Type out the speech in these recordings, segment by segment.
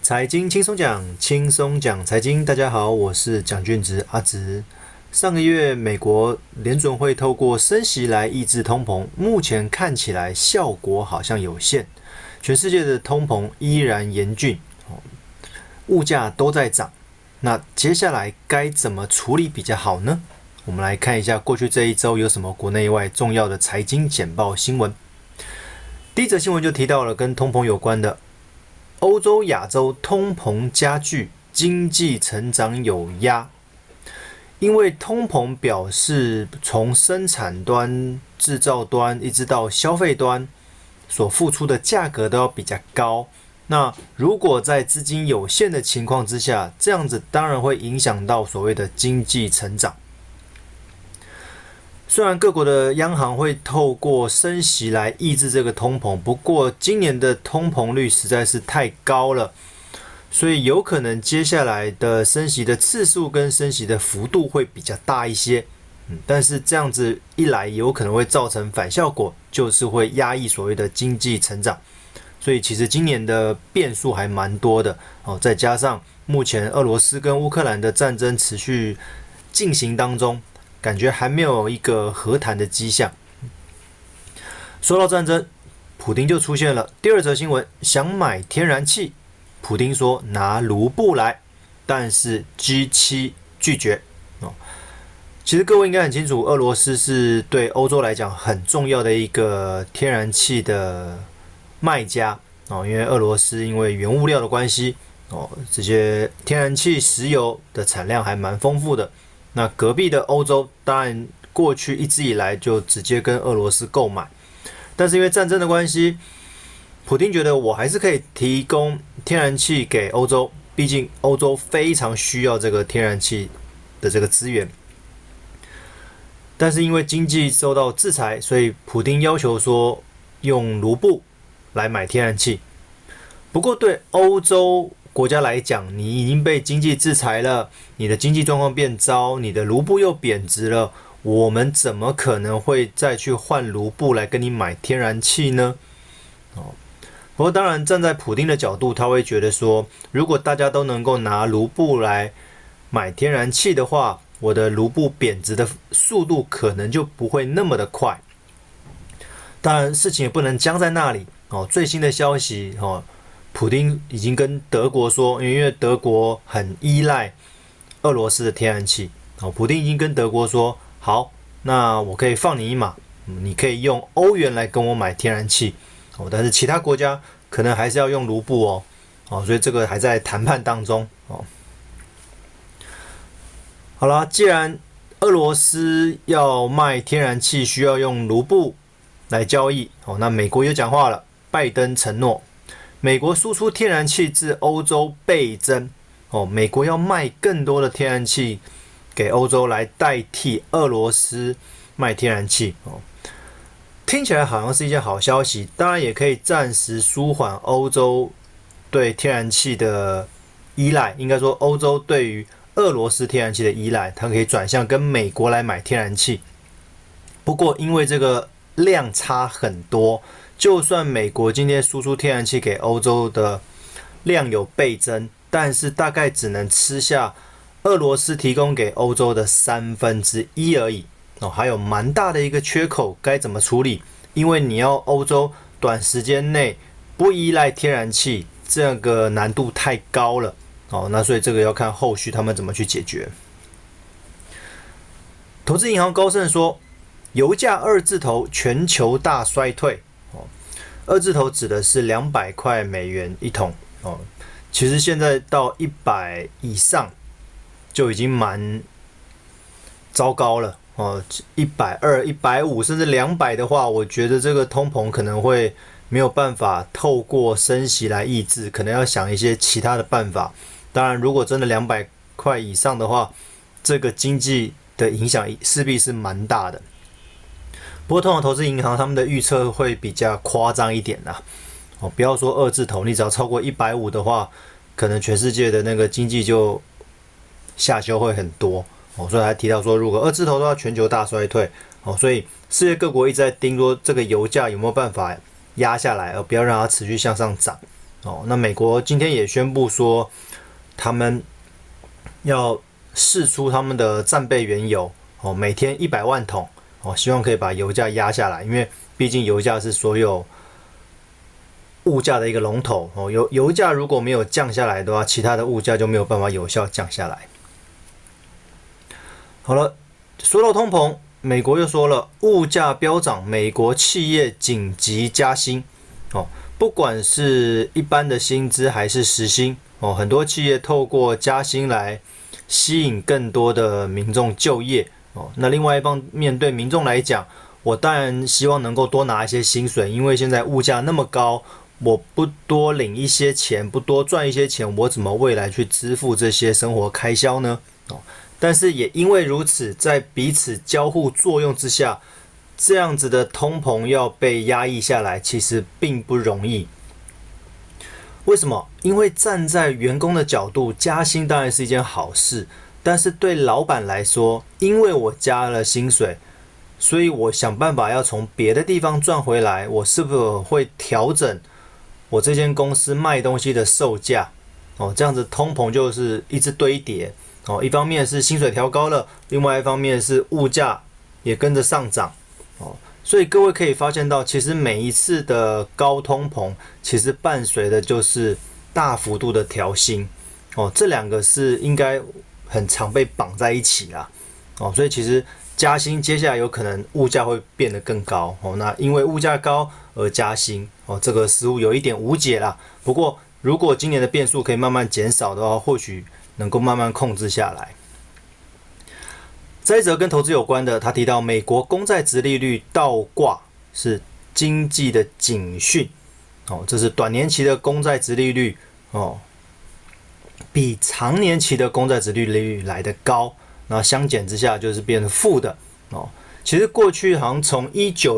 财经轻松讲，轻松讲财经。大家好，我是蒋俊植阿植。上个月，美国联准会透过升息来抑制通膨，目前看起来效果好像有限。全世界的通膨依然严峻，物价都在涨。那接下来该怎么处理比较好呢？我们来看一下过去这一周有什么国内外重要的财经简报新闻。第一则新闻就提到了跟通膨有关的。欧洲、亚洲通膨加剧，经济成长有压。因为通膨表示从生产端、制造端一直到消费端所付出的价格都要比较高。那如果在资金有限的情况之下，这样子当然会影响到所谓的经济成长。虽然各国的央行会透过升息来抑制这个通膨，不过今年的通膨率实在是太高了，所以有可能接下来的升息的次数跟升息的幅度会比较大一些。但是这样子一来，有可能会造成反效果，就是会压抑所谓的经济成长。所以其实今年的变数还蛮多的，再加上目前俄罗斯跟乌克兰的战争持续进行当中。感觉还没有一个和谈的迹象。说到战争，普丁就出现了。第二则新闻，想买天然气，普丁说拿卢布来，但是 G7 拒绝。其实各位应该很清楚，俄罗斯是对欧洲来讲很重要的一个天然气的卖家。因为俄罗斯因为原物料的关系，这些天然气、石油的产量还蛮丰富的。那隔壁的欧洲当然过去一直以来就直接跟俄罗斯购买，但是因为战争的关系，普丁觉得我还是可以提供天然气给欧洲，毕竟欧洲非常需要这个天然气的这个资源。但是因为经济受到制裁，所以普丁要求说用卢布来买天然气。不过对欧洲国家来讲，你已经被经济制裁了，你的经济状况变糟，你的卢布又贬值了，我们怎么可能会再去换卢布来跟你买天然气呢？不过当然站在普丁的角度，他会觉得说，如果大家都能够拿卢布来买天然气的话，我的卢布贬值的速度可能就不会那么的快。当然事情也不能僵在那里。最新的消息普丁已经跟德国说，因为德国很依赖俄罗斯的天然气，普丁已经跟德国说，好，那我可以放你一马，你可以用欧元来跟我买天然气，但是其他国家可能还是要用卢布所以这个还在谈判当中。好啦，既然俄罗斯要卖天然气需要用卢布来交易，那美国也讲话了，拜登承诺美国输出天然气至欧洲倍增，美国要卖更多的天然气给欧洲来代替俄罗斯卖天然气，听起来好像是一件好消息，当然也可以暂时舒缓欧洲对天然气的依赖，应该说欧洲对于俄罗斯天然气的依赖，它可以转向跟美国来买天然气。不过因为这个量差很多，就算美国今天输出天然气给欧洲的量有倍增，但是大概只能吃下俄罗斯提供给欧洲的1/3而已。还有蛮大的一个缺口，该怎么处理？因为你要欧洲短时间内不依赖天然气，这个难度太高了。那所以这个要看后续他们怎么去解决。投资银行高盛说，油价二字头全球大衰退。二字头指的是$200一桶，其实现在到100以上就已经蛮糟糕了，120、150甚至200的话，我觉得这个通膨可能会没有办法透过升息来抑制，可能要想一些其他的办法。当然，如果真的$200以上的话，这个经济的影响势必是蛮大的。不过通常投资银行他们的预测会比较夸张一点啦，不要说二字头，你只要超过150的话，可能全世界的那个经济就下修会很多，所以还提到说，如果二字头的话，全球大衰退，所以世界各国一直在盯说这个油价有没有办法压下来，而不要让它持续向上涨。 那美国今天也宣布说，他们要释出他们的战备原油每天100万桶希望可以把油价压下来，因为毕竟油价是所有物价的一个龙头油价如果没有降下来的话，其他的物价就没有办法有效降下来。好了，说到通膨，美国又说了，物价飙涨，美国企业紧急加薪不管是一般的薪资还是时薪很多企业透过加薪来吸引更多的民众就业那另外一方面对民众来讲，我当然希望能够多拿一些薪水，因为现在物价那么高，我不多领一些钱，不多赚一些钱，我怎么未来去支付这些生活开销呢但是也因为如此，在彼此交互作用之下，这样子的通膨要被压抑下来，其实并不容易。为什么？因为站在员工的角度，加薪当然是一件好事，但是对老板来说，因为我加了薪水，所以我想办法要从别的地方赚回来，我是否会调整我这间公司卖东西的售价这样子通膨就是一直堆叠一方面是薪水调高了，另外一方面是物价也跟着上涨所以各位可以发现到，其实每一次的高通膨，其实伴随的就是大幅度的调薪这两个是应该很常被绑在一起啦所以其实加薪接下来有可能物价会变得更高那因为物价高而加薪这个似乎有一点无解啦。不过如果今年的变数可以慢慢减少的话，或许能够慢慢控制下来。再一则跟投资有关的，他提到美国公债殖利率倒挂是经济的警讯这是短年期的公债殖利率比长年期的公债殖利率来得高，那相减之下就是变成负的其实过去好像从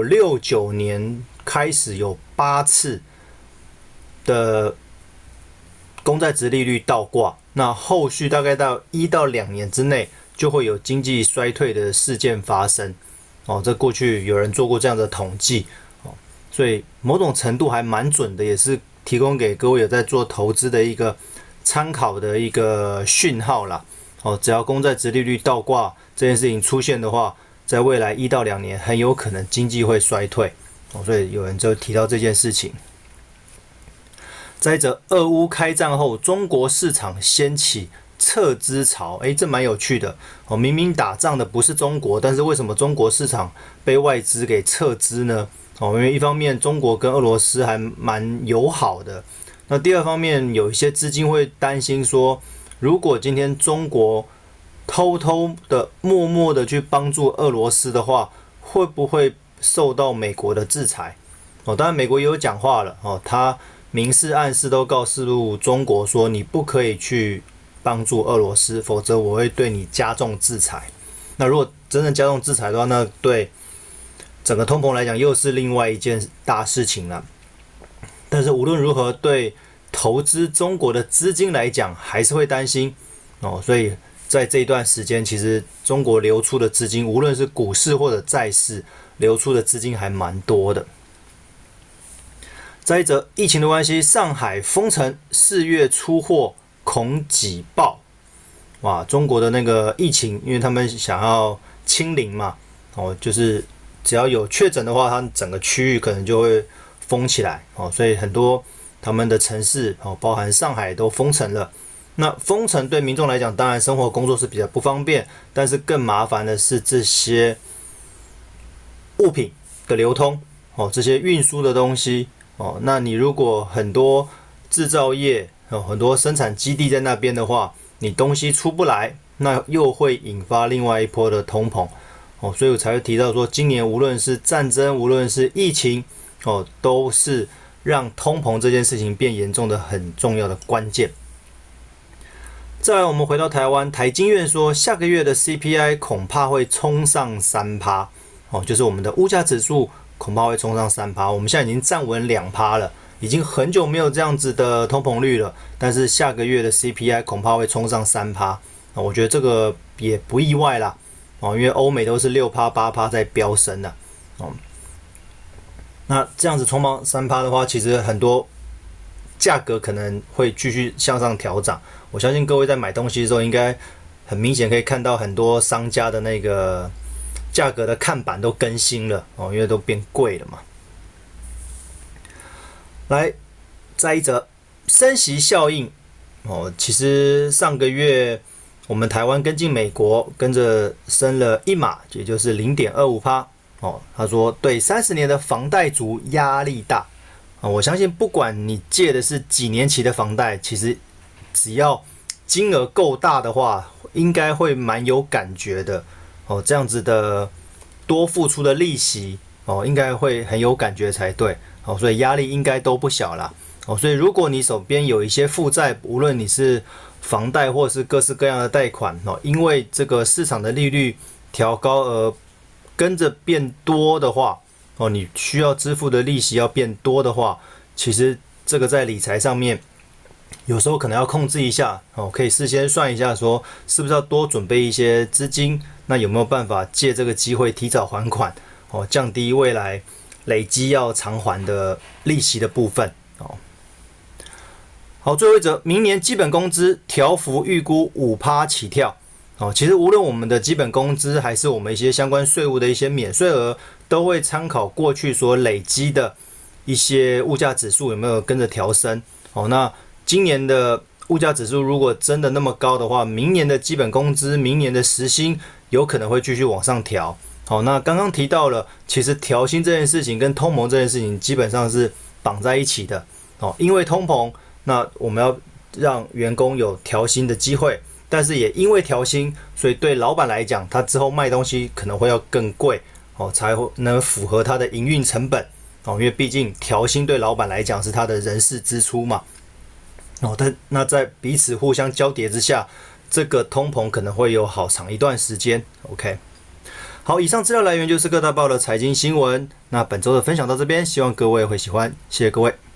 1969年开始有8次的公债殖利率倒挂，那后续大概到1到2年之内就会有经济衰退的事件发生这过去有人做过这样的统计所以某种程度还蛮准的，也是提供给各位有在做投资的一个参考的一个讯号啦只要公债殖利率倒挂这件事情出现的话，在未来1到2年很有可能经济会衰退所以有人就提到这件事情。再者，俄乌开战后，中国市场掀起撤资潮，这蛮有趣的明明打仗的不是中国，但是为什么中国市场被外资给撤资呢因为一方面中国跟俄罗斯还蛮友好的，那第二方面有一些资金会担心说，如果今天中国偷偷的默默的去帮助俄罗斯的话，会不会受到美国的制裁当然美国也有讲话了他明示暗示都告诉中国说，你不可以去帮助俄罗斯，否则我会对你加重制裁。那如果真的加重制裁的话，那对整个通膨来讲又是另外一件大事情了。但是无论如何，对投资中国的资金来讲，还是会担心所以在这一段时间，其实中国流出的资金，无论是股市或者债市，流出的资金还蛮多的。再一则，疫情的关系，上海封城，4月出货恐挤爆。哇，中国的那个疫情，因为他们想要清零嘛，就是只要有确诊的话，它整个区域可能就会封起来所以很多他们的城市包含上海都封城了。那封城对民众来讲，当然生活工作是比较不方便，但是更麻烦的是这些物品的流通这些运输的东西那你如果很多制造业很多生产基地在那边的话，你东西出不来，那又会引发另外一波的通膨所以我才会提到说，今年无论是战争，无论是疫情都是让通膨这件事情变严重的很重要的关键。再来，我们回到台湾，台经院说，下个月的 CPI 恐怕会冲上 3%， 就是我们的物价指数恐怕会冲上 3%， 我们现在已经站稳 2% 了，已经很久没有这样子的通膨率了，但是下个月的 CPI 恐怕会冲上 3%， 我觉得这个也不意外啦因为欧美都是 6%、8% 在飙升的那这样子冲上 3% 的话，其实很多价格可能会继续向上调涨。我相信各位在买东西的时候，应该很明显可以看到很多商家的那个价格的看板都更新了哦，因为都变贵了嘛。来，再一则升息效应哦，其实上个月我们台湾跟进美国，跟着升了一码，也就是0.25%哦。他说对30年的房贷族压力大啊，我相信不管你借的是几年期的房贷，其实只要金额够大的话，应该会蛮有感觉的哦。这样子的多付出的利息哦，应该会很有感觉才对哦，所以压力应该都不小啦哦。所以如果你手边有一些负债，无论你是房贷或是各式各样的贷款哦，因为这个市场的利率调高而跟着变多的话哦，你需要支付的利息要变多的话，其实这个在理财上面有时候可能要控制一下哦，可以事先算一下说是不是要多准备一些资金，那有没有办法借这个机会提早还款哦，降低未来累积要偿还的利息的部分哦。好，最后一则，明年基本工资调幅预估5%起跳哦。其实无论我们的基本工资还是我们一些相关税务的一些免税额，都会参考过去所累积的一些物价指数有没有跟着调升哦。那今年的物价指数如果真的那么高的话，明年的基本工资、明年的时薪有可能会继续往上调。好，那刚刚提到了，其实调薪这件事情跟通膨这件事情基本上是绑在一起的哦。因为通膨，那我们要让员工有调薪的机会，但是也因为调薪，所以对老板来讲，他之后卖东西可能会要更贵哦，才能符合他的营运成本哦。因为毕竟调薪对老板来讲是他的人事支出嘛。哦，那在彼此互相交叠之下，这个通膨可能会有好长一段时间。OK， 好，以上资料来源就是各大报的财经新闻。那本周的分享到这边，希望各位会喜欢，谢谢各位。